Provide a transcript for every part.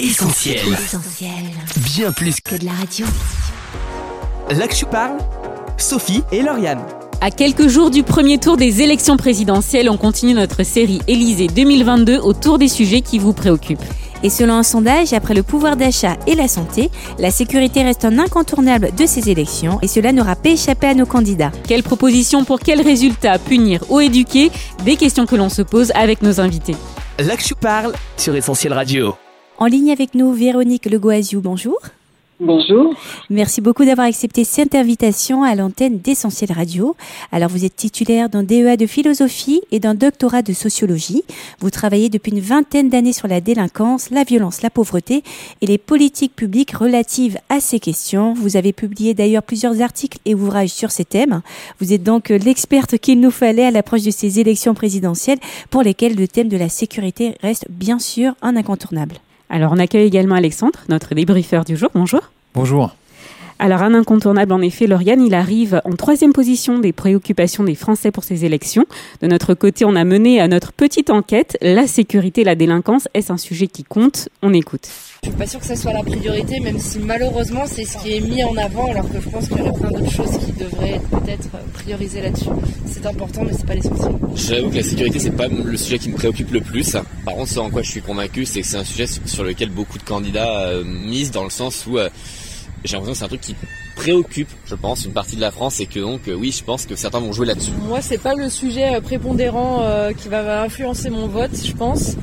Essentiel. Bien plus que de la radio. L'Actu parle, Sophie et Lauriane. À quelques jours du premier tour des élections présidentielles, on continue notre série Élysée 2022 autour des sujets qui vous préoccupent. Et selon un sondage, après le pouvoir d'achat et la santé, la sécurité reste un incontournable de ces élections et cela n'aura pas échappé à nos candidats. Quelles propositions pour quels résultats? Punir ou éduquer? Des questions que l'on se pose avec nos invités. L'Actu parle sur Essentiel Radio. En ligne avec nous, Véronique Legoaziou, bonjour. Bonjour. Merci beaucoup d'avoir accepté cette invitation à l'antenne d'Essentiel Radio. Alors, vous êtes titulaire d'un DEA de philosophie et d'un doctorat de sociologie. Vous travaillez depuis une vingtaine d'années sur la délinquance, la violence, la pauvreté et les politiques publiques relatives à ces questions. Vous avez publié d'ailleurs plusieurs articles et ouvrages sur ces thèmes. Vous êtes donc l'experte qu'il nous fallait à l'approche de ces élections présidentielles pour lesquelles le thème de la sécurité reste bien sûr un incontournable. Alors, on accueille également Alexandre, notre débriefeur du jour. Bonjour. Bonjour. Alors, un incontournable, en effet, Lauriane, il arrive en 3e position des préoccupations des Français pour ces élections. De notre côté, on a mené notre petite enquête. La sécurité et la délinquance, est-ce un sujet qui compte? On écoute. Je suis pas sûre que ça soit la priorité, même si malheureusement c'est ce qui est mis en avant, alors que je pense qu'il y aurait plein d'autres choses qui devraient être peut-être priorisées là-dessus. C'est important, mais c'est pas l'essentiel. J'avoue que la sécurité, c'est pas le sujet qui me préoccupe le plus. Par contre, ce en quoi je suis convaincu, c'est que c'est un sujet sur lequel beaucoup de candidats misent, dans le sens où j'ai l'impression que c'est un truc qui préoccupe, je pense, une partie de la France, et que donc, oui, je pense que certains vont jouer là-dessus. Moi, c'est pas le sujet prépondérant qui va influencer mon vote, je pense.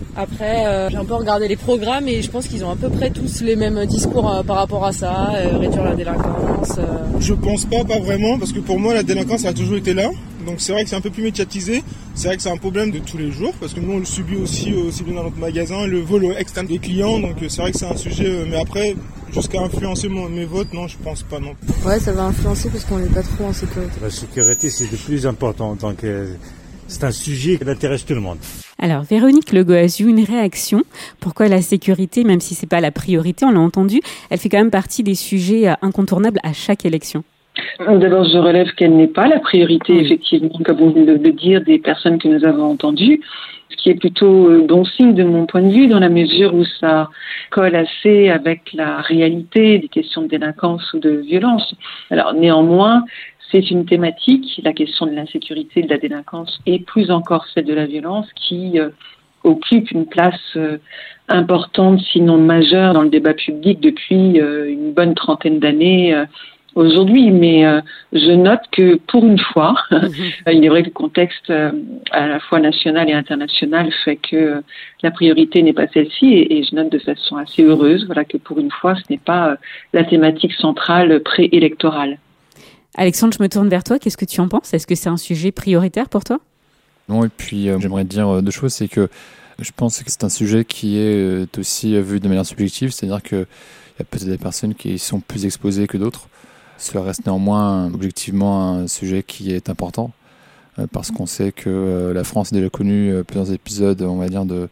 Après, j'ai un peu regardé les programmes et je pense qu'ils ont à peu près tous les mêmes discours par rapport à ça, réduire la délinquance. Je pense pas vraiment, parce que pour moi, la délinquance a toujours été là. Donc c'est vrai que c'est un peu plus médiatisé. C'est vrai que c'est un problème de tous les jours, parce que nous, on le subit aussi bien dans notre magasin, le vol externe des clients. Donc c'est vrai que c'est un sujet, mais après, jusqu'à influencer mes votes, non, je pense pas non. Ouais, ça va influencer parce qu'on n'est pas trop en sécurité. La sécurité, c'est le plus important, donc c'est un sujet qui intéresse tout le monde. Alors, Véronique Legoaziou, une réaction. Pourquoi la sécurité, même si c'est pas la priorité, on l'a entendu, elle fait quand même partie des sujets incontournables à chaque élection? D'abord, je relève qu'elle n'est pas la priorité, effectivement, comme vous venez de le dire, des personnes que nous avons entendues, ce qui est plutôt bon signe de mon point de vue, dans la mesure où ça colle assez avec la réalité des questions de délinquance ou de violence. Alors, néanmoins, c'est une thématique, la question de l'insécurité, de la délinquance, et plus encore celle de la violence, qui occupe une place importante, sinon majeure, dans le débat public depuis une bonne trentaine d'années aujourd'hui. Mais je note que pour une fois, il est vrai que le contexte à la fois national et international fait que la priorité n'est pas celle-ci, et je note de façon assez heureuse, voilà, que pour une fois, ce n'est pas la thématique centrale préélectorale. Alexandre, je me tourne vers toi. Qu'est-ce que tu en penses? Est-ce que c'est un sujet prioritaire pour toi? Non, et puis j'aimerais dire deux choses. C'est que je pense que c'est un sujet qui est aussi vu de manière subjective, c'est-à-dire qu'il y a peut-être des personnes qui sont plus exposées que d'autres. Cela reste néanmoins objectivement un sujet qui est important, parce qu'on sait que la France a déjà connu plusieurs épisodes, on va dire, de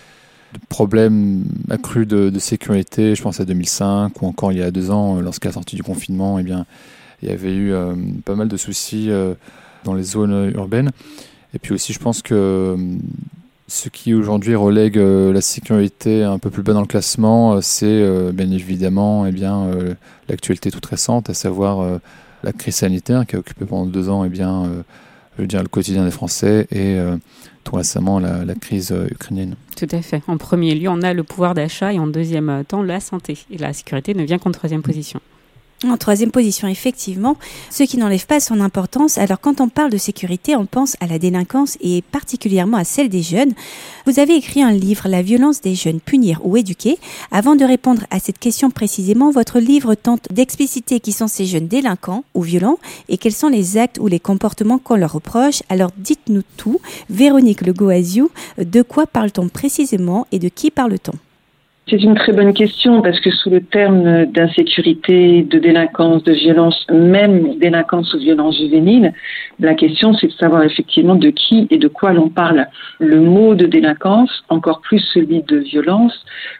problèmes accrus de sécurité. Je pense à 2005 ou encore il y a 2 ans, lorsqu'à la sortie du confinement, eh bien, il y avait eu pas mal de soucis dans les zones urbaines. Et puis aussi, je pense que ce qui aujourd'hui relègue la sécurité un peu plus bas dans le classement, c'est bien évidemment l'actualité toute récente, à savoir la crise sanitaire qui a occupé pendant 2 ans je veux dire, le quotidien des Français, et tout récemment la crise ukrainienne. Tout à fait. En premier lieu, on a le pouvoir d'achat, et en deuxième temps, la santé. Et la sécurité ne vient qu'en 3e position. En 3e position, effectivement, ce qui n'enlève pas son importance. Alors, quand on parle de sécurité, on pense à la délinquance et particulièrement à celle des jeunes. Vous avez écrit un livre, La violence des jeunes, punir ou éduquer. Avant de répondre à cette question précisément, votre livre tente d'expliciter qui sont ces jeunes délinquants ou violents et quels sont les actes ou les comportements qu'on leur reproche. Alors, dites-nous tout. Véronique Legoaziou, de quoi parle-t-on précisément et de qui parle-t-on? C'est une très bonne question, parce que sous le terme d'insécurité, de délinquance, de violence, même délinquance ou violence juvénile, la question c'est de savoir effectivement de qui et de quoi l'on parle. Le mot de délinquance, encore plus celui de violence,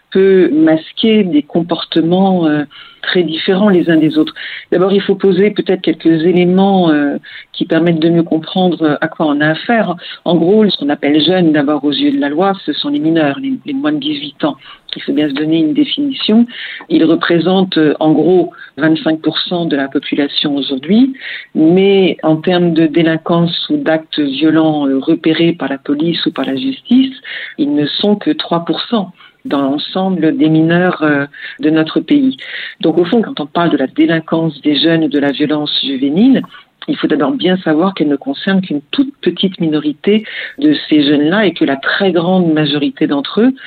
peut masquer des comportements très différents les uns des autres. D'abord, il faut poser peut-être quelques éléments qui permettent de mieux comprendre à quoi on a affaire. En gros, ce qu'on appelle jeunes, d'abord aux yeux de la loi, ce sont les mineurs, les moins de 18 ans. Il faut bien se donner une définition. Ils représentent en gros 25% de la population aujourd'hui, mais en termes de délinquance ou d'actes violents repérés par la police ou par la justice, ils ne sont que 3% dans l'ensemble des mineurs de notre pays. Donc au fond, quand on parle de la délinquance des jeunes et de la violence juvénile, il faut d'abord bien savoir qu'elle ne concerne qu'une toute petite minorité de ces jeunes-là et que la très grande majorité d'entre eux,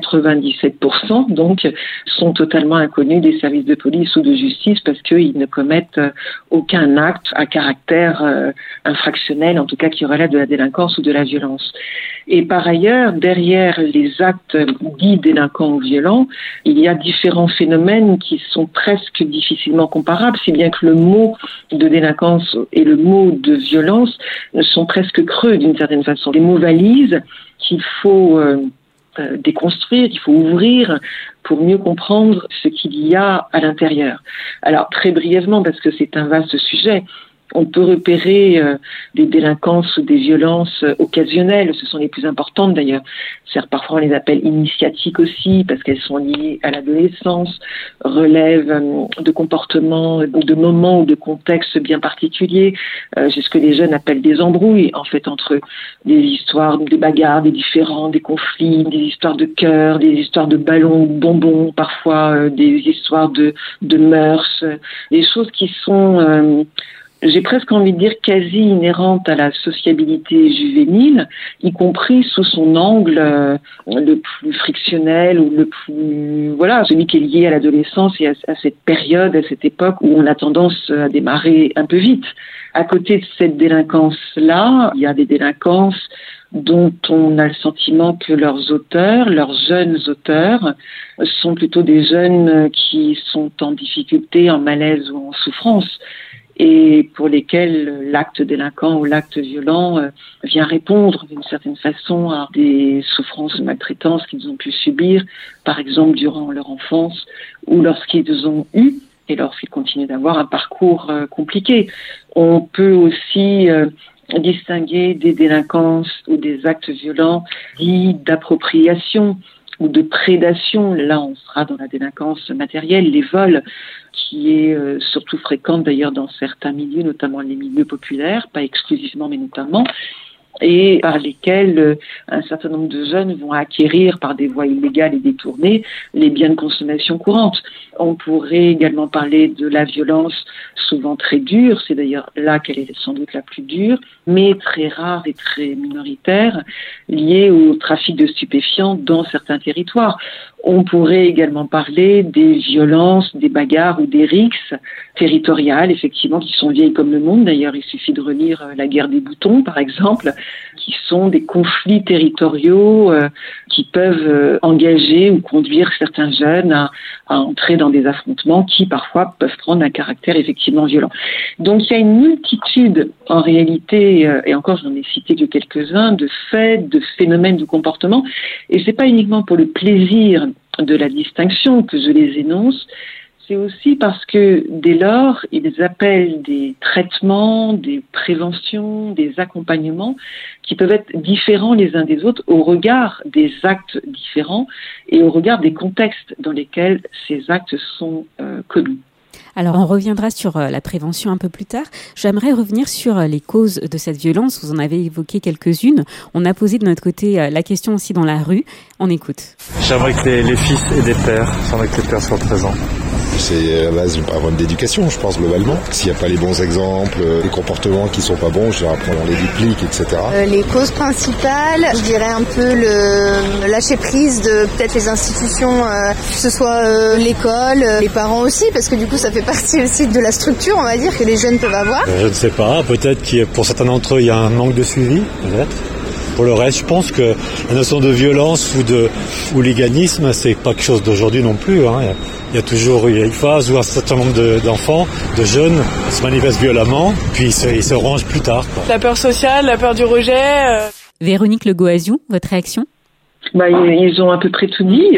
97%, donc, sont totalement inconnus des services de police ou de justice parce qu'ils ne commettent aucun acte à caractère infractionnel, en tout cas qui relève de la délinquance ou de la violence. Et par ailleurs, derrière les actes dits délinquants ou violents, il y a différents phénomènes qui sont presque difficilement comparables, si bien que le mot de délinquance et le mot de violence sont presque creux d'une certaine façon. Des mots valises qu'il faut déconstruire, qu'il faut ouvrir pour mieux comprendre ce qu'il y a à l'intérieur. Alors très brièvement, parce que c'est un vaste sujet, on peut repérer des délinquances ou des violences occasionnelles, ce sont les plus importantes d'ailleurs. Parfois on les appelle initiatiques aussi parce qu'elles sont liées à l'adolescence, relèvent de comportements, de moments ou de contextes bien particuliers. C'est ce que les jeunes appellent des embrouilles en fait entre eux, des histoires, des bagarres, des différends, des conflits, des histoires de cœur, des histoires de ballons, de bonbons, parfois des histoires de mœurs, des choses qui sont j'ai presque envie de dire quasi inhérente à la sociabilité juvénile, y compris sous son angle le plus frictionnel ou le plus, celui qui est lié à l'adolescence et à cette période, à cette époque où on a tendance à démarrer un peu vite. À côté de cette délinquance-là, il y a des délinquances dont on a le sentiment que leurs auteurs, leurs jeunes auteurs, sont plutôt des jeunes qui sont en difficulté, en malaise ou en souffrance, et pour lesquels l'acte délinquant ou l'acte violent vient répondre d'une certaine façon à des souffrances ou maltraitances qu'ils ont pu subir, par exemple durant leur enfance ou lorsqu'ils ont eu et lorsqu'ils continuent d'avoir un parcours compliqué. On peut aussi distinguer des délinquances ou des actes violents dits d'appropriation ou de prédation. Là, on sera dans la délinquance matérielle, les vols, qui est surtout fréquente d'ailleurs dans certains milieux, notamment les milieux populaires, pas exclusivement mais notamment, et par lesquels un certain nombre de jeunes vont acquérir par des voies illégales et détournées les biens de consommation courante. On pourrait également parler de la violence souvent très dure, c'est d'ailleurs là qu'elle est sans doute la plus dure, mais très rare et très minoritaire, liée au trafic de stupéfiants dans certains territoires. On pourrait également parler des violences, des bagarres ou des rixes territoriales, effectivement, qui sont vieilles comme le monde. D'ailleurs, il suffit de relire La guerre des boutons, par exemple, qui sont des conflits territoriaux qui peuvent engager ou conduire certains jeunes à entrer dans des affrontements qui, parfois, peuvent prendre un caractère effectivement violent. Donc, il y a une multitude, en réalité, et encore, je n'en ai cité que quelques-uns, de faits, de phénomènes, de comportements. Et c'est pas uniquement pour le plaisir de la distinction que je les énonce, c'est aussi parce que dès lors, ils appellent des traitements, des préventions, des accompagnements qui peuvent être différents les uns des autres au regard des actes différents et au regard des contextes dans lesquels ces actes sont commis. Alors, on reviendra sur la prévention un peu plus tard. J'aimerais revenir sur les causes de cette violence. Vous en avez évoqué quelques-unes. On a posé de notre côté la question aussi dans la rue. On écoute. J'aimerais que les fils et des pères, j'aimerais que les pères soient présents. C'est à la base d'un problème d'éducation, je pense, globalement. S'il n'y a pas les bons exemples, les comportements qui sont pas bons, je dirais après on les duplique, etc. Les causes principales, je dirais un peu le lâcher prise de peut-être les institutions, que ce soit l'école, les parents aussi, parce que du coup ça fait partie aussi de la structure, on va dire, que les jeunes peuvent avoir. Je ne sais pas, peut-être que pour certains d'entre eux, il y a un manque de suivi, peut-être. Pour le reste, je pense que la notion de violence ou de hooliganisme, c'est pas quelque chose d'aujourd'hui non plus. Il y a toujours une phase où un certain nombre d'enfants, de jeunes, se manifestent violemment, puis ils se rangent plus tard. La peur sociale, la peur du rejet. Véronique Legoaziou, votre réaction ? Ils ont à peu près tout dit.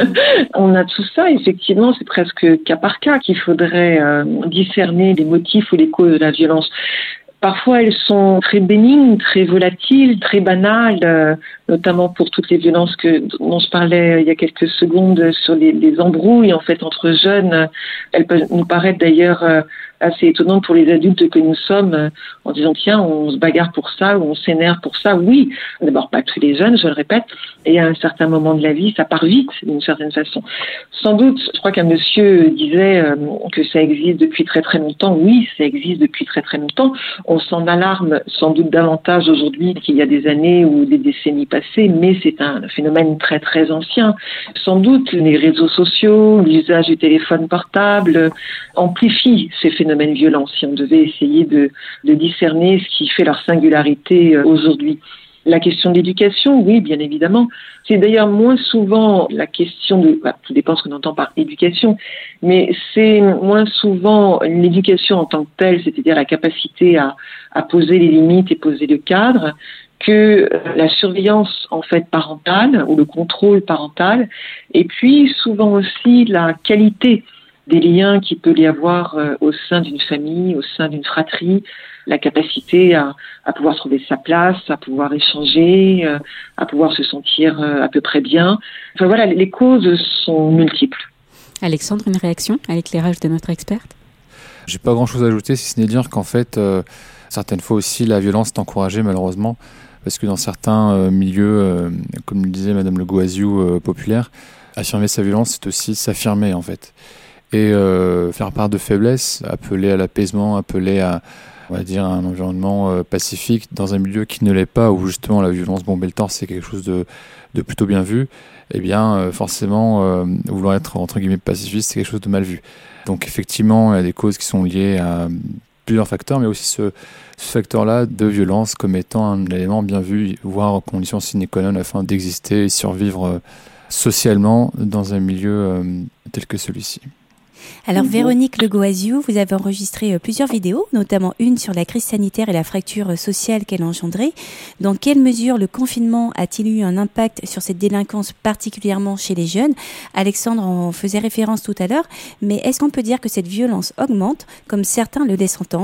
On a tout ça. Effectivement, c'est presque cas par cas qu'il faudrait discerner les motifs ou les causes de la violence. Parfois, elles sont très bénignes, très volatiles, très banales, notamment pour toutes les violences dont je parlais il y a quelques secondes sur les embrouilles en fait entre jeunes. Elles peuvent nous paraître d'ailleurs assez étonnantes pour les adultes que nous sommes, en disant tiens, on se bagarre pour ça ou on s'énerve pour ça. Oui, d'abord pas tous les jeunes, je le répète, et à un certain moment de la vie, ça part vite d'une certaine façon. Sans doute, je crois qu'un monsieur disait que ça existe depuis très très longtemps. Oui, ça existe depuis très très longtemps. On s'en alarme sans doute davantage aujourd'hui qu'il y a des années ou des décennies passées, mais c'est un phénomène très très ancien. Sans doute, les réseaux sociaux, l'usage du téléphone portable amplifient ces phénomènes violents, si on devait essayer de discerner ce qui fait leur singularité aujourd'hui. La question de l'éducation, oui, bien évidemment. C'est d'ailleurs moins souvent la question tout dépend ce qu'on entend par éducation, mais c'est moins souvent l'éducation en tant que telle, c'est-à-dire la capacité à poser les limites et poser le cadre, que la surveillance en fait parentale ou le contrôle parental, et puis souvent aussi la qualité des liens qu'il peut y avoir au sein d'une famille, au sein d'une fratrie, la capacité à pouvoir trouver sa place, à pouvoir échanger, à pouvoir se sentir à peu près bien. Enfin voilà, les causes sont multiples. Alexandre, une réaction à l'éclairage de notre experte ? J'ai pas grand-chose à ajouter, si ce n'est dire qu'en fait, certaines fois aussi, la violence est encouragée malheureusement, parce que dans certains milieux, comme le disait Madame Le Goaziou, populaire, affirmer sa violence, c'est aussi s'affirmer en fait. Et faire part de faiblesse, appeler à l'apaisement, appeler à, on va dire, un environnement pacifique dans un milieu qui ne l'est pas, où justement la violence bombe et le torse c'est quelque chose de plutôt bien vu, eh bien forcément vouloir être entre guillemets pacifiste c'est quelque chose de mal vu. Donc effectivement il y a des causes qui sont liées à plusieurs facteurs, mais aussi ce facteur-là de violence comme étant un élément bien vu, voire condition sine qua non afin d'exister et survivre socialement dans un milieu tel que celui-ci. Alors Véronique Le Goaziou, vous avez enregistré plusieurs vidéos, notamment une sur la crise sanitaire et la fracture sociale qu'elle a engendrée. Dans quelle mesure le confinement a-t-il eu un impact sur cette délinquance, particulièrement chez les jeunes ? Alexandre en faisait référence tout à l'heure, mais est-ce qu'on peut dire que cette violence augmente, comme certains le laissent entendre ?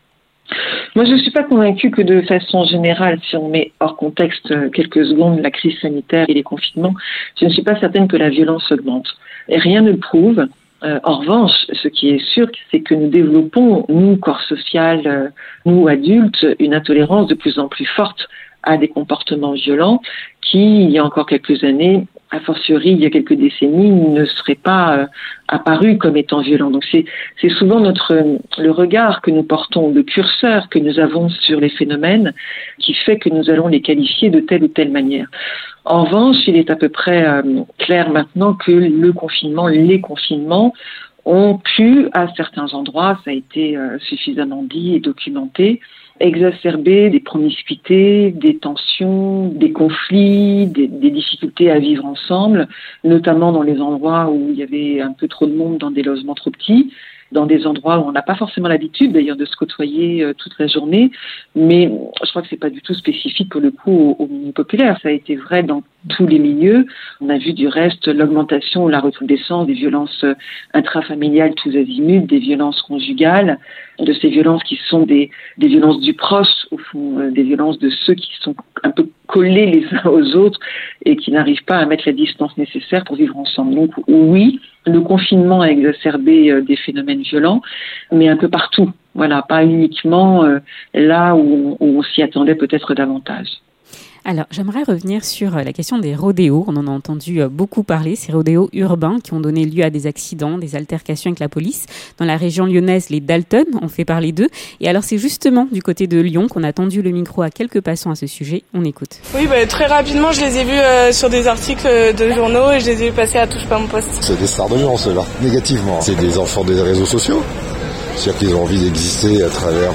Moi, je ne suis pas convaincue que de façon générale, si on met hors contexte quelques secondes la crise sanitaire et les confinements, je ne suis pas certaine que la violence augmente. Et rien ne le prouve. En revanche, ce qui est sûr, c'est que nous développons, nous, corps social, nous, adultes, une intolérance de plus en plus forte à des comportements violents qui, il y a encore quelques années, a fortiori, il y a quelques décennies, ne seraient pas apparus comme étant violents. Donc c'est souvent le regard que nous portons, le curseur que nous avons sur les phénomènes qui fait que nous allons les qualifier de telle ou telle manière. En revanche, il est à peu près clair maintenant que les confinements ont pu, à certains endroits, ça a été suffisamment dit et documenté, exacerber des promiscuités, des tensions, des conflits, des difficultés à vivre ensemble, notamment dans les endroits où il y avait un peu trop de monde dans des logements trop petits, dans des endroits où on n'a pas forcément l'habitude d'ailleurs de se côtoyer toute la journée, mais je crois que c'est pas du tout spécifique pour le coup au milieu populaire. Ça a été vrai dans tous les milieux. On a vu du reste l'augmentation ou la recrudescence des violences intrafamiliales tous azimuts, des violences conjugales, de ces violences qui sont des violences du proche, au fond, des violences de ceux qui sont un peu collés les uns aux autres et qui n'arrivent pas à mettre la distance nécessaire pour vivre ensemble. Donc oui, le confinement a exacerbé des phénomènes violents, mais un peu partout. Voilà, pas uniquement là où on s'y attendait peut-être davantage. Alors, j'aimerais revenir sur la question des rodéos. On en a entendu beaucoup parler, ces rodéos urbains qui ont donné lieu à des accidents, des altercations avec la police. Dans la région lyonnaise, les Dalton ont fait parler d'eux. Et alors, c'est justement du côté de Lyon qu'on a tendu le micro à quelques passants à ce sujet. On écoute. Oui, très rapidement, je les ai vus sur des articles de journaux et je les ai vus passer à Touche pas mon poste. C'est des stars de Lyon, ceux-là, négativement. C'est des enfants des réseaux sociaux. C'est-à-dire qu'ils ont envie d'exister à travers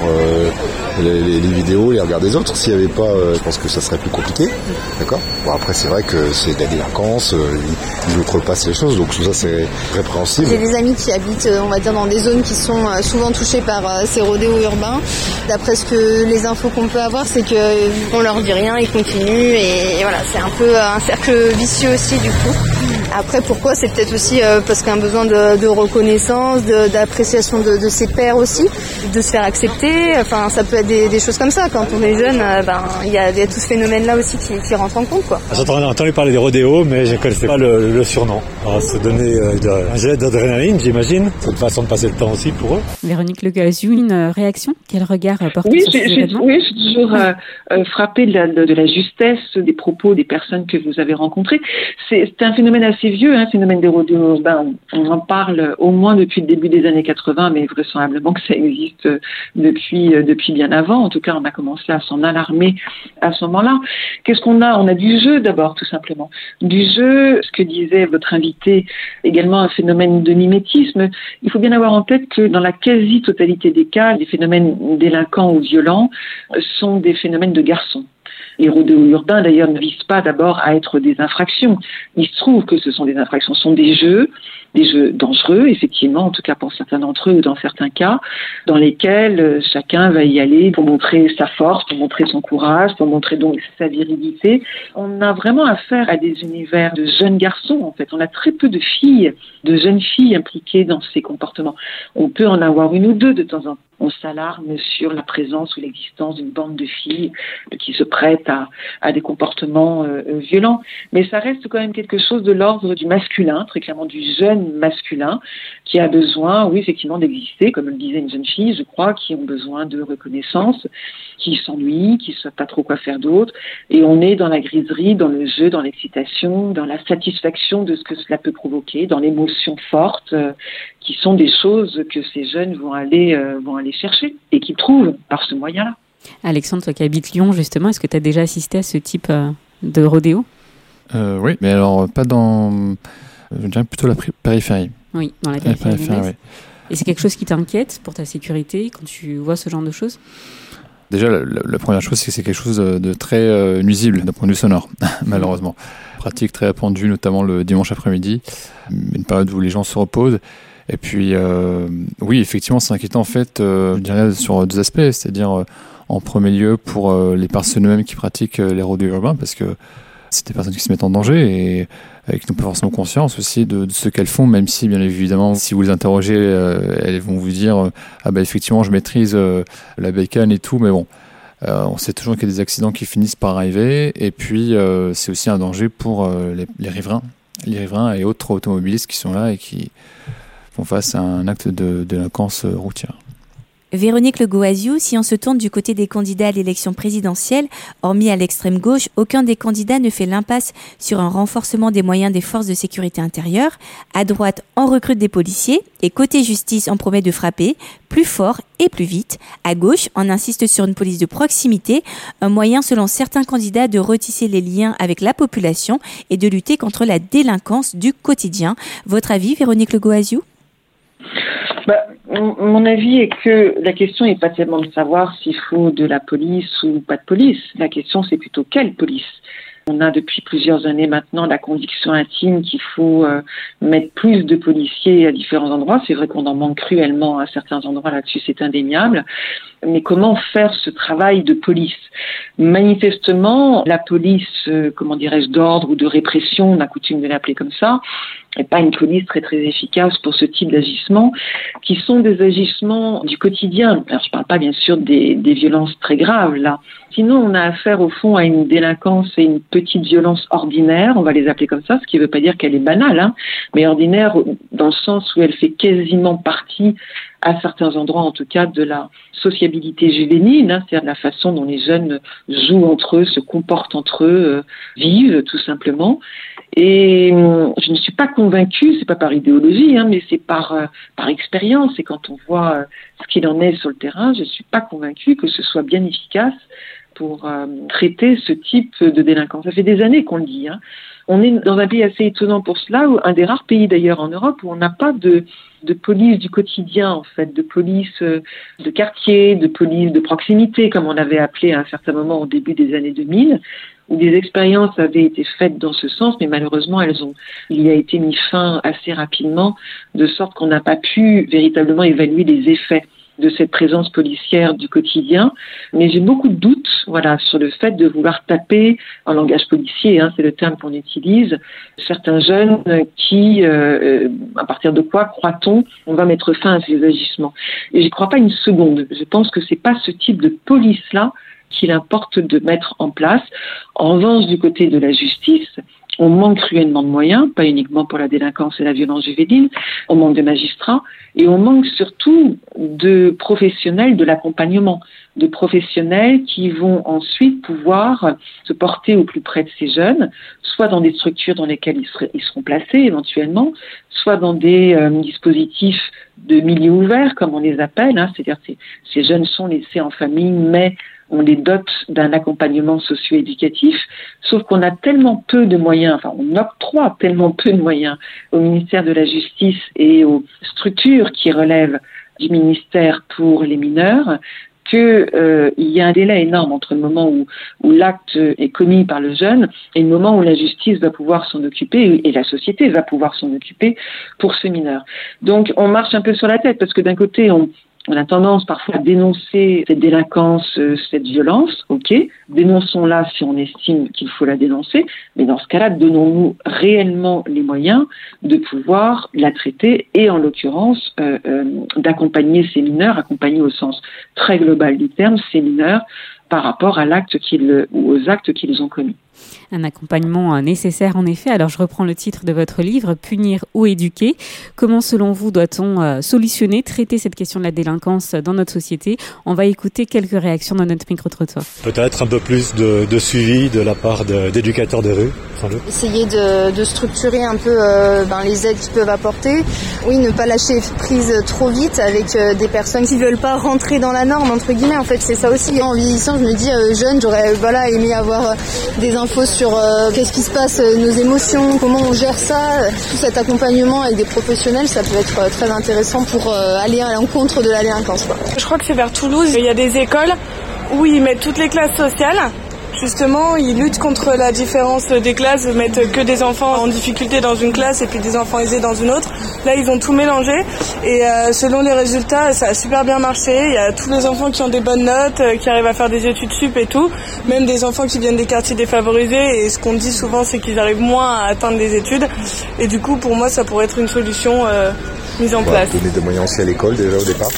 les vidéos, les regards des autres. S'il n'y avait pas, je pense que ça serait plus compliqué. D'accord ? Bon, après, c'est vrai que c'est de la délinquance, ils outrepassent les choses, donc tout ça, c'est répréhensible. J'ai des amis qui habitent, on va dire, dans des zones qui sont souvent touchées par ces rodéos urbains. D'après ce que les infos qu'on peut avoir, c'est qu'on leur dit rien, ils continuent, et voilà, c'est un peu un cercle vicieux aussi, du coup. Après, pourquoi ? C'est peut-être aussi parce qu'il y a un besoin de reconnaissance, d'appréciation de ses pairs aussi, de se faire accepter. Enfin, ça peut être des choses comme ça. Quand on est jeune, il y a tout ce phénomène-là aussi qui rentre en compte, quoi. J'ai entendu parler des rodéos, mais je ne connaissais pas le surnom. Alors, ça donnait un jet d'adrénaline, j'imagine. C'est une façon de passer le temps aussi pour eux. Véronique Le Goaziou, une réaction ? Quel regard porte sur ces événements ? Oui, je suis toujours frappée de la justesse des propos des personnes que vous avez rencontrées. C'est un phénomène assez vieux, un phénomène des rodéos urbains. On en parle au moins depuis le début des années 80, mais vraisemblablement que ça existe depuis bien avant. En tout cas, on a commencé à s'en alarmer à ce moment-là. Qu'est-ce qu'on a ? On a du jeu d'abord, tout simplement. Du jeu, ce que disait votre invité, également un phénomène de mimétisme. Il faut bien avoir en tête que dans la quasi-totalité des cas, les phénomènes délinquants ou violents sont des phénomènes de garçons. Les rodéos urbains, d'ailleurs, ne visent pas d'abord à être des infractions. Il se trouve que ce sont des infractions, ce sont des jeux dangereux, effectivement, en tout cas pour certains d'entre eux ou dans certains cas, dans lesquels chacun va y aller pour montrer sa force, pour montrer son courage, pour montrer donc sa virilité. On a vraiment affaire à des univers de jeunes garçons, en fait. On a très peu de jeunes filles impliquées dans ces comportements. On peut en avoir une ou deux de temps en temps. On s'alarme sur la présence ou l'existence d'une bande de filles qui se prêtent à des comportements violents. Mais ça reste quand même quelque chose de l'ordre du masculin, très clairement du jeune masculin, qui a besoin, oui, effectivement, d'exister, comme le disait une jeune fille, je crois, qui ont besoin de reconnaissance, qui s'ennuient, qui ne savent pas trop quoi faire d'autre. Et on est dans la griserie, dans le jeu, dans l'excitation, dans la satisfaction de ce que cela peut provoquer, dans l'émotion forte, qui sont des choses que ces jeunes vont aller chercher et qu'ils trouvent par ce moyen-là. Alexandre, toi qui habites Lyon, justement, est-ce que tu as déjà assisté à ce type de rodéo ? Oui, mais alors pas dans... Je dirais plutôt la périphérie. Oui, dans la périphérie. Oui. Et c'est quelque chose qui t'inquiète pour ta sécurité quand tu vois ce genre de choses ? Déjà, la première chose, c'est que c'est quelque chose de très nuisible d'un point de vue sonore, malheureusement. Pratique très répandue, notamment le dimanche après-midi, une période où les gens se reposent. Et puis, oui, effectivement, c'est inquiétant en fait, je dirais sur deux aspects, c'est-à-dire en premier lieu pour les personnes eux-mêmes qui pratiquent les rodéos urbains, parce que c'est des personnes qui se mettent en danger et qui n'ont pas forcément conscience aussi de ce qu'elles font, même si, bien évidemment, si vous les interrogez, elles vont vous dire ah bah effectivement, je maîtrise la bécane et tout, mais bon, on sait toujours qu'il y a des accidents qui finissent par arriver, et puis c'est aussi un danger pour les riverains et autres automobilistes qui sont là et qui font face à un acte de délinquance routière. Véronique Le Goaziou, si on se tourne du côté des candidats à l'élection présidentielle, hormis à l'extrême gauche, aucun des candidats ne fait l'impasse sur un renforcement des moyens des forces de sécurité intérieure. À droite, on recrute des policiers et côté justice, on promet de frapper plus fort et plus vite. À gauche, on insiste sur une police de proximité, un moyen selon certains candidats de retisser les liens avec la population et de lutter contre la délinquance du quotidien. Votre avis, Véronique Le Goaziou ? Mon avis est que la question n'est pas tellement de savoir s'il faut de la police ou pas de police. La question, c'est plutôt quelle police. On a depuis plusieurs années maintenant la conviction intime qu'il faut mettre plus de policiers à différents endroits. C'est vrai qu'on en manque cruellement à certains endroits là-dessus, c'est indéniable. Mais comment faire ce travail de police ? Manifestement, la police, d'ordre ou de répression, on a coutume de l'appeler comme ça, n'est pas une police très très efficace pour ce type d'agissement, qui sont des agissements du quotidien. Alors je ne parle pas bien sûr des violences très graves là. Sinon on a affaire au fond à une délinquance et une petite violence ordinaire, on va les appeler comme ça, ce qui ne veut pas dire qu'elle est banale, mais ordinaire dans le sens où elle fait quasiment partie, à certains endroits en tout cas, de la sociabilité juvénile, c'est-à-dire de la façon dont les jeunes jouent entre eux, se comportent entre eux, vivent tout simplement. Et je ne suis pas convaincue, c'est pas par idéologie, mais c'est par expérience. Et quand on voit ce qu'il en est sur le terrain, je ne suis pas convaincue que ce soit bien efficace pour traiter ce type de délinquance. Ça fait des années qu'on le dit. On est dans un pays assez étonnant pour cela, un des rares pays d'ailleurs en Europe où on n'a pas de police du quotidien, en fait, de police de quartier, de police de proximité, comme on avait appelé à un certain moment au début des années 2000, où des expériences avaient été faites dans ce sens, mais malheureusement, il y a été mis fin assez rapidement, de sorte qu'on n'a pas pu véritablement évaluer les effets de cette présence policière du quotidien. Mais j'ai beaucoup de doutes, sur le fait de vouloir taper en langage policier, c'est le terme qu'on utilise, certains jeunes qui, à partir de quoi croit-on, on va mettre fin à ces agissements. Et j'y crois pas une seconde. Je pense que c'est pas ce type de police-là qu'il importe de mettre en place. En revanche, du côté de la justice, on manque cruellement de moyens, pas uniquement pour la délinquance et la violence juvénile, on manque de magistrats et on manque surtout de professionnels de l'accompagnement, de professionnels qui vont ensuite pouvoir se porter au plus près de ces jeunes, soit dans des structures dans lesquelles ils seront placés éventuellement, soit dans des dispositifs de milieu ouvert, comme on les appelle, c'est-à-dire que ces jeunes sont laissés en famille, mais on les dote d'un accompagnement socio-éducatif, sauf qu'on a tellement peu de moyens, on octroie tellement peu de moyens au ministère de la Justice et aux structures qui relèvent du ministère pour les mineurs, que il y a un délai énorme entre le moment où l'acte est commis par le jeune et le moment où la justice va pouvoir s'en occuper et la société va pouvoir s'en occuper pour ce mineur. Donc on marche un peu sur la tête parce que d'un côté on a tendance parfois à dénoncer cette délinquance, cette violence, ok, dénonçons-la si on estime qu'il faut la dénoncer, mais dans ce cas-là, donnons-nous réellement les moyens de pouvoir la traiter et en l'occurrence d'accompagner ces mineurs, accompagner au sens très global du terme, ces mineurs par rapport à l'acte ou aux actes qu'ils ont commis. Un accompagnement nécessaire en effet. Alors je reprends le titre de votre livre, Punir ou éduquer. Comment selon vous doit-on solutionner, traiter cette question de la délinquance dans notre société? On va écouter quelques réactions dans notre micro-trottoir. Peut-être un peu plus de suivi de la part d'éducateurs de rue. Essayer de structurer un peu les aides qu'ils peuvent apporter. Oui, ne pas lâcher prise trop vite avec des personnes qui veulent pas rentrer dans la norme, entre guillemets. En fait, c'est ça aussi. En vieillissant, je me dis, jeune, j'aurais aimé avoir des infos sur qu'est-ce qui se passe, nos émotions, comment on gère ça. Tout cet accompagnement avec des professionnels, ça peut être très intéressant pour aller à l'encontre de la délinquance. Je crois que c'est vers Toulouse. Il y a des écoles où ils mettent toutes les classes sociales. Justement, ils luttent contre la différence des classes, mettent que des enfants en difficulté dans une classe et puis des enfants aisés dans une autre. Là, ils ont tout mélangé et selon les résultats, ça a super bien marché. Il y a tous les enfants qui ont des bonnes notes, qui arrivent à faire des études sup et tout. Même des enfants qui viennent des quartiers défavorisés et ce qu'on dit souvent, c'est qu'ils arrivent moins à atteindre des études. Et du coup, pour moi, ça pourrait être une solution mise en place. Donner des moyens aussi à l'école déjà au départ.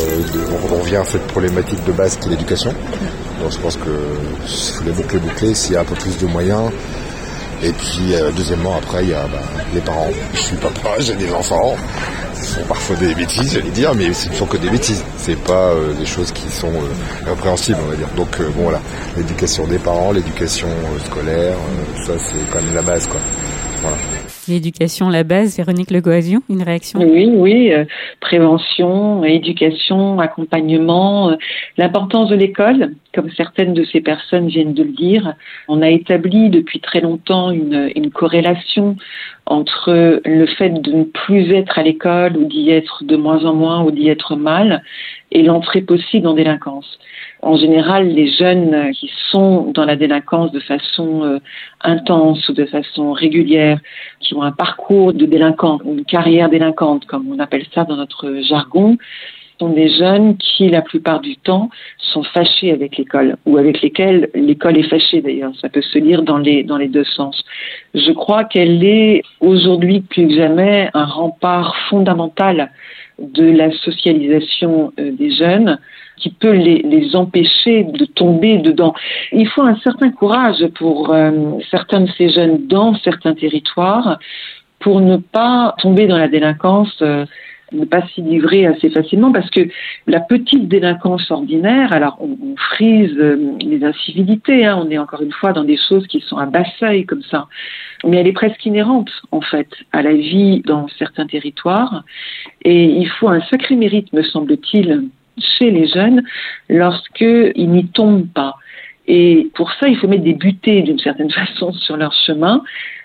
On revient à cette problématique de base qui est l'éducation. Donc je pense que si les boucler, s'il y a un peu plus de moyens. Et puis deuxièmement, après, il y a les parents. Je suis papa, j'ai des enfants. Ils font parfois des bêtises, j'allais dire, mais ce ne sont que des bêtises. C'est pas des choses qui sont répréhensibles, on va dire. Donc voilà, l'éducation des parents, l'éducation scolaire, ça c'est quand même la base, quoi. Voilà. L'éducation, la base, Véronique Legoaziou, une réaction? Oui, prévention, éducation, accompagnement, l'importance de l'école, comme certaines de ces personnes viennent de le dire. On a établi depuis très longtemps une corrélation entre le fait de ne plus être à l'école ou d'y être de moins en moins ou d'y être mal et l'entrée possible en délinquance. En général, les jeunes qui sont dans la délinquance de façon intense ou de façon régulière, qui ont un parcours de délinquant, une carrière délinquante, comme on appelle ça dans notre jargon, sont des jeunes qui, la plupart du temps, sont fâchés avec l'école, ou avec lesquels l'école est fâchée d'ailleurs. Ça peut se lire dans les deux sens. Je crois qu'elle est aujourd'hui plus que jamais un rempart fondamental de la socialisation des jeunes, qui peut les empêcher de tomber dedans. Il faut un certain courage pour certains de ces jeunes dans certains territoires pour ne pas tomber dans la délinquance, ne pas s'y livrer assez facilement, parce que la petite délinquance ordinaire, alors on frise les incivilités, on est encore une fois dans des choses qui sont à bas seuil comme ça, mais elle est presque inhérente en fait à la vie dans certains territoires, et il faut un sacré mérite, me semble-t-il, chez les jeunes lorsqu'ils n'y tombent pas. Et pour ça, il faut mettre des butées d'une certaine façon sur leur chemin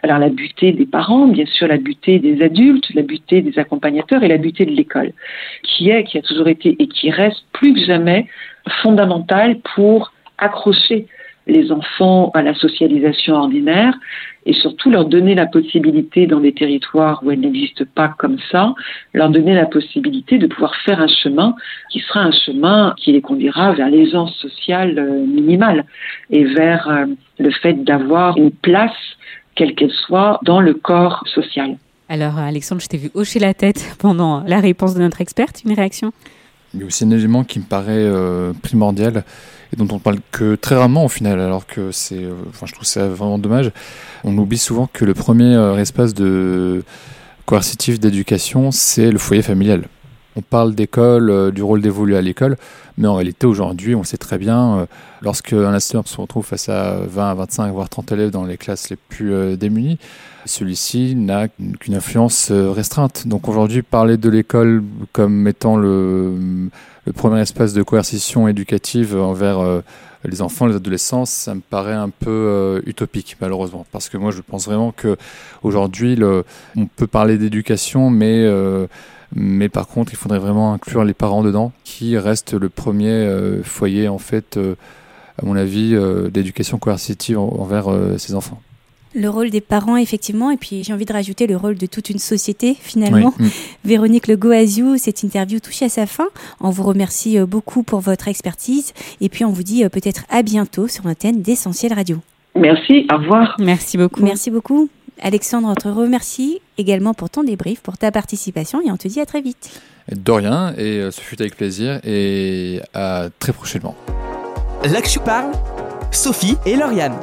Alors la butée des parents, bien sûr la butée des adultes, la butée des accompagnateurs et la butée de l'école, qui a toujours été et qui reste plus que jamais fondamentale pour accrocher les enfants à la socialisation ordinaire et surtout leur donner la possibilité, dans des territoires où elle n'existe pas comme ça, leur donner la possibilité de pouvoir faire un chemin qui sera un chemin qui les conduira vers l'aisance sociale minimale et vers le fait d'avoir une place, quelle qu'elle soit, dans le corps social. Alors Alexandre, je t'ai vu hocher la tête pendant la réponse de notre experte. Une réaction ? Il y a aussi un élément qui me paraît primordial et dont on ne parle que très rarement au final, alors que je trouve ça vraiment dommage. On oublie souvent que le premier espace coercitif d'éducation, c'est le foyer familial. On parle d'école, du rôle dévolu à l'école, mais en réalité aujourd'hui, on le sait très bien, lorsque un enseignant se retrouve face à 20, 25, voire 30 élèves dans les classes les plus démunies, celui-ci n'a qu'une influence restreinte. Donc aujourd'hui, parler de l'école comme étant le premier espace de coercition éducative envers les enfants, les adolescents, ça me paraît un peu utopique, malheureusement. Parce que moi, je pense vraiment qu'aujourd'hui, on peut parler d'éducation, mais par contre, il faudrait vraiment inclure les parents dedans, qui restent le premier foyer, en fait, à mon avis, d'éducation coercitive envers ces enfants. Le rôle des parents, effectivement, et puis j'ai envie de rajouter le rôle de toute une société, finalement. Oui. Véronique Legault-Aziou, cette interview touche à sa fin. On vous remercie beaucoup pour votre expertise, et puis on vous dit peut-être à bientôt sur l'antenne d'Essentiel Radio. Merci, au revoir. Merci beaucoup. Merci beaucoup. Alexandre, on te remercie également pour ton débrief, pour ta participation, et on te dit à très vite. De rien, et ce fut avec plaisir, et à très prochainement. L'Actu parle, Sophie et Lauriane.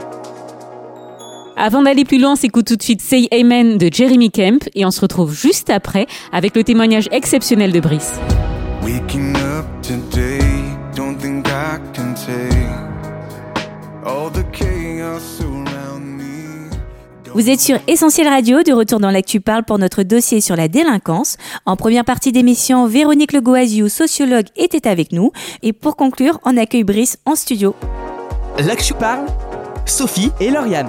Avant d'aller plus loin, on s'écoute tout de suite Say Amen de Jeremy Camp et on se retrouve juste après avec le témoignage exceptionnel de Brice. Waking up today, don't think I can take all the chaos around me. Vous êtes sur Essentiel Radio, de retour dans l'Actu Parle pour notre dossier sur la délinquance. En première partie d'émission, Véronique Legault-Aziou, sociologue, était avec nous. Et pour conclure, on accueille Brice en studio. L'Actu Parle, Sophie et Lauriane.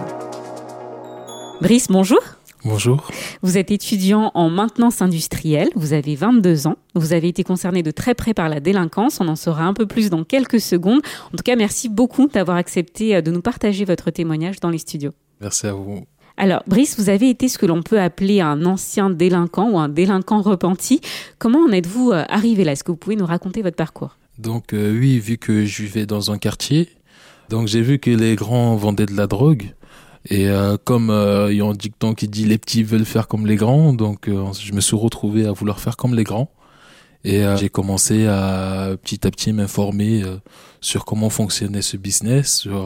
Brice, bonjour. Bonjour. Vous êtes étudiant en maintenance industrielle, vous avez 22 ans, vous avez été concerné de très près par la délinquance, on en saura un peu plus dans quelques secondes. En tout cas, merci beaucoup d'avoir accepté de nous partager votre témoignage dans les studios. Merci à vous. Alors, Brice, vous avez été ce que l'on peut appeler un ancien délinquant ou un délinquant repenti. Comment en êtes-vous arrivé là ? Est-ce que vous pouvez nous raconter votre parcours ? Donc oui, vu que je vivais dans un quartier, donc j'ai vu que les grands vendaient de la drogue. Et comme il y a un dicton qui dit les petits veulent faire comme les grands, donc je me suis retrouvé à vouloir faire comme les grands. Et j'ai commencé à petit m'informer sur comment fonctionnait ce business, sur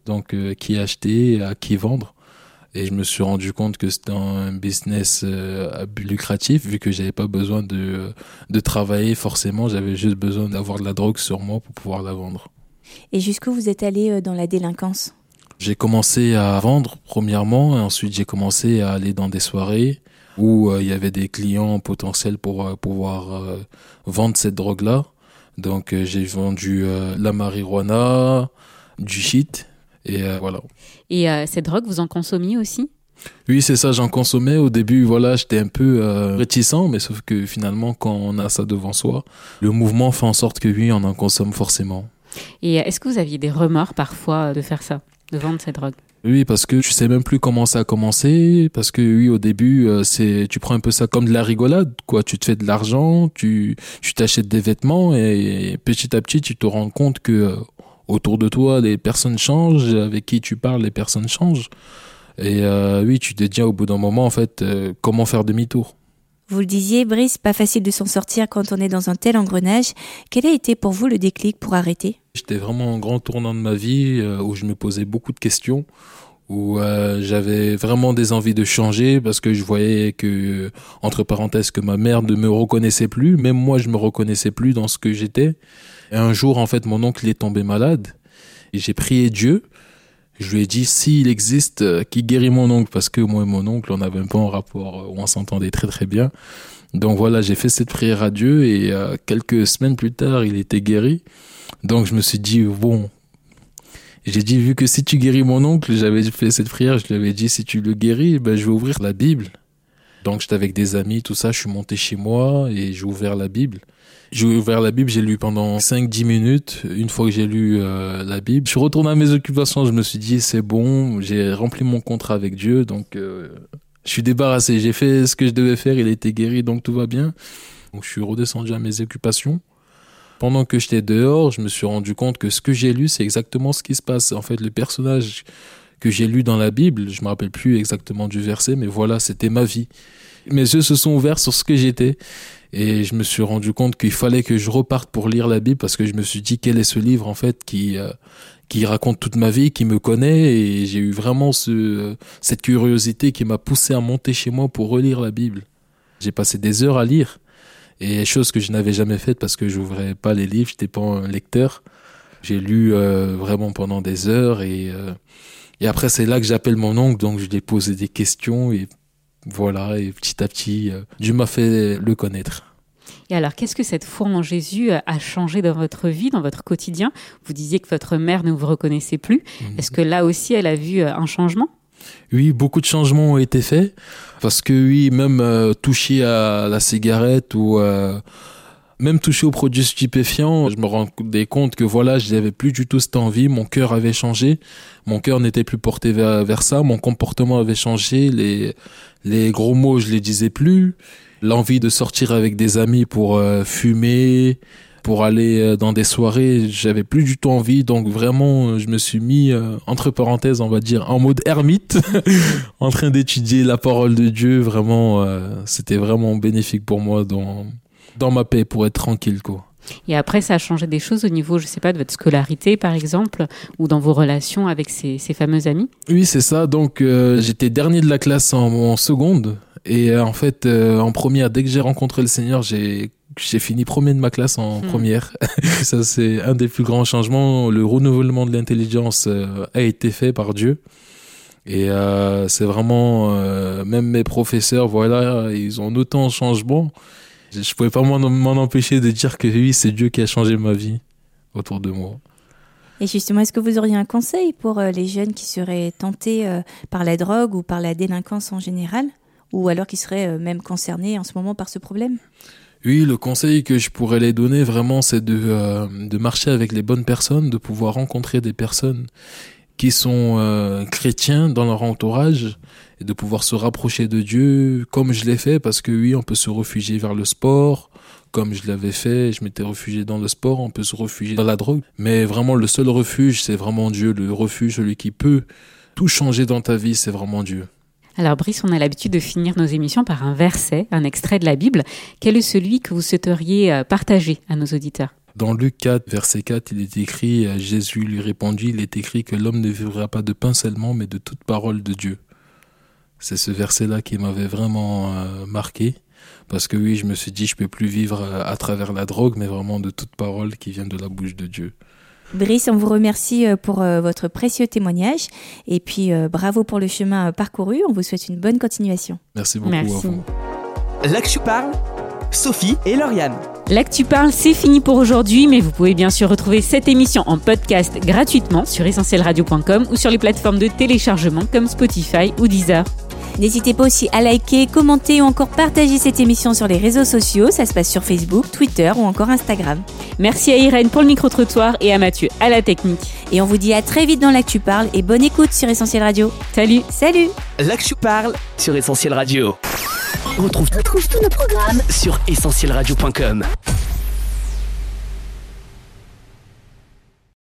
qui acheter, à qui vendre. Et je me suis rendu compte que c'était un business lucratif, vu que j'avais pas besoin de travailler forcément, j'avais juste besoin d'avoir de la drogue sur moi pour pouvoir la vendre. Et jusqu'où vous êtes allé dans la délinquance ? J'ai commencé à vendre premièrement, et ensuite j'ai commencé à aller dans des soirées où il y avait des clients potentiels pour pouvoir vendre cette drogue-là. Donc j'ai vendu la marijuana, du shit, et voilà. Et cette drogue, vous en consommiez aussi ? Oui, c'est ça, j'en consommais. Au début, voilà, j'étais un peu réticent, mais sauf que finalement, quand on a ça devant soi, le mouvement fait en sorte que oui, on en consomme forcément. Et est-ce que vous aviez des remords parfois de faire ça ? De vendre cette drogue? Oui, parce que je sais même plus comment ça a commencé, parce que oui, au début, tu prends un peu ça comme de la rigolade, quoi. Tu te fais de l'argent, tu t'achètes des vêtements et petit à petit, tu te rends compte que autour de toi, les personnes changent, avec qui tu parles, les personnes changent. Et oui, tu te dis au bout d'un moment, en fait, comment faire demi-tour. Vous le disiez, Brice, pas facile de s'en sortir quand on est dans un tel engrenage. Quel a été pour vous le déclic pour arrêter ? J'étais vraiment un grand tournant de ma vie où je me posais beaucoup de questions, où j'avais vraiment des envies de changer parce que je voyais que, entre parenthèses, que ma mère ne me reconnaissait plus, même moi je me reconnaissais plus dans ce que j'étais. Et un jour, en fait, mon oncle est tombé malade et j'ai prié Dieu. Je lui ai dit, s'il existe, qui guérit mon oncle, parce que moi et mon oncle, on avait un peu un rapport où on s'entendait très très bien. Donc voilà, j'ai fait cette prière à Dieu et quelques semaines plus tard, il était guéri. Donc je me suis dit, bon, J'ai dit, vu que si tu guéris mon oncle, j'avais fait cette prière, je lui avais dit, si tu le guéris, je vais ouvrir la Bible. Donc j'étais avec des amis, tout ça, je suis monté chez moi et j'ai ouvert la Bible. J'ai lu pendant 5-10 minutes. Une fois que j'ai lu la Bible, je suis retourné à mes occupations, je me suis dit, c'est bon, j'ai rempli mon contrat avec Dieu, donc je suis débarrassé. J'ai fait ce que je devais faire, il a été guéri, donc tout va bien. Donc je suis redescendu à mes occupations. Pendant que j'étais dehors, je me suis rendu compte que ce que j'ai lu, c'est exactement ce qui se passe. En fait, le personnage que j'ai lu dans la Bible, je me rappelle plus exactement du verset, mais voilà, c'était ma vie. Mes yeux se sont ouverts sur ce que j'étais et je me suis rendu compte qu'il fallait que je reparte pour lire la Bible parce que je me suis dit quel est ce livre en fait qui raconte toute ma vie, qui me connaît, et j'ai eu vraiment cette curiosité qui m'a poussé à monter chez moi pour relire la Bible. J'ai passé des heures à lire, et chose que je n'avais jamais faite parce que j'ouvrais pas les livres, j'étais pas un lecteur. J'ai lu vraiment pendant des heures, et après c'est là que j'appelle mon oncle, donc je lui ai posé des questions, et voilà, et petit à petit Dieu m'a fait le connaître. Et alors, qu'est-ce que cette foi en Jésus a changé dans votre vie, dans votre quotidien ? Vous disiez que votre mère ne vous reconnaissait plus. Est-ce que là aussi, elle a vu un changement ? Oui, beaucoup de changements ont été faits. Parce que oui, même toucher à la cigarette ou même toucher aux produits stupéfiants, je me rendais compte que voilà, je n'avais plus du tout cette envie. Mon cœur avait changé. Mon cœur n'était plus porté vers ça. Mon comportement avait changé. Les gros mots, je les disais plus. L'envie de sortir avec des amis pour fumer, pour aller dans des soirées, j'avais plus du tout envie. Donc vraiment, je me suis mis, entre parenthèses, on va dire, en mode ermite, en train d'étudier la parole de Dieu. Vraiment, c'était vraiment bénéfique pour moi dans ma paix, pour être tranquille, quoi. Et après, ça a changé des choses au niveau, je sais pas, de votre scolarité, par exemple, ou dans vos relations avec ces fameux amis ? Oui, c'est ça. Donc, j'étais dernier de la classe en seconde. Et en fait, en première, dès que j'ai rencontré le Seigneur, j'ai fini premier de ma classe en première. Ça, c'est un des plus grands changements. Le renouvellement de l'intelligence a été fait par Dieu. Et c'est vraiment, même mes professeurs, voilà, ils ont noté un changement. Je pouvais pas m'en empêcher de dire que oui, c'est Dieu qui a changé ma vie autour de moi. Et justement, est-ce que vous auriez un conseil pour les jeunes qui seraient tentés par la drogue ou par la délinquance en général, ou alors qui seraient même concernés en ce moment par ce problème ? Oui, le conseil que je pourrais les donner vraiment, c'est de marcher avec les bonnes personnes, de pouvoir rencontrer des personnes qui sont chrétiens dans leur entourage, et de pouvoir se rapprocher de Dieu comme je l'ai fait, parce que oui, on peut se réfugier vers le sport, comme je l'avais fait, je m'étais réfugié dans le sport, on peut se réfugier dans la drogue, mais vraiment le seul refuge, c'est vraiment Dieu, le refuge, celui qui peut tout changer dans ta vie, c'est vraiment Dieu. Alors Brice, on a l'habitude de finir nos émissions par un verset, un extrait de la Bible. Quel est celui que vous souhaiteriez partager à nos auditeurs ? Dans Luc 4, verset 4, il est écrit, Jésus lui répondit, il est écrit que l'homme ne vivra pas de pain seulement, mais de toute parole de Dieu. C'est ce verset-là qui m'avait vraiment marqué, parce que oui, je me suis dit, je peux plus vivre à travers la drogue, mais vraiment de toute parole qui vient de la bouche de Dieu. Brice, on vous remercie pour votre précieux témoignage, et puis bravo pour le chemin parcouru. On vous souhaite une bonne continuation. Merci beaucoup. Merci. L'Actu parle, Sophie et Lauriane. L'Actu parle, c'est fini pour aujourd'hui, mais vous pouvez bien sûr retrouver cette émission en podcast gratuitement sur essentielradio.com ou sur les plateformes de téléchargement comme Spotify ou Deezer. N'hésitez pas aussi à liker, commenter ou encore partager cette émission sur les réseaux sociaux. Ça se passe sur Facebook, Twitter ou encore Instagram. Merci à Irène pour le micro-trottoir et à Mathieu à la technique. Et on vous dit à très vite dans l'Actu parle et bonne écoute sur Essentiel Radio. Salut. Salut. L'Actu parle sur Essentiel Radio. On retrouve tous nos programmes sur essentielradio.com.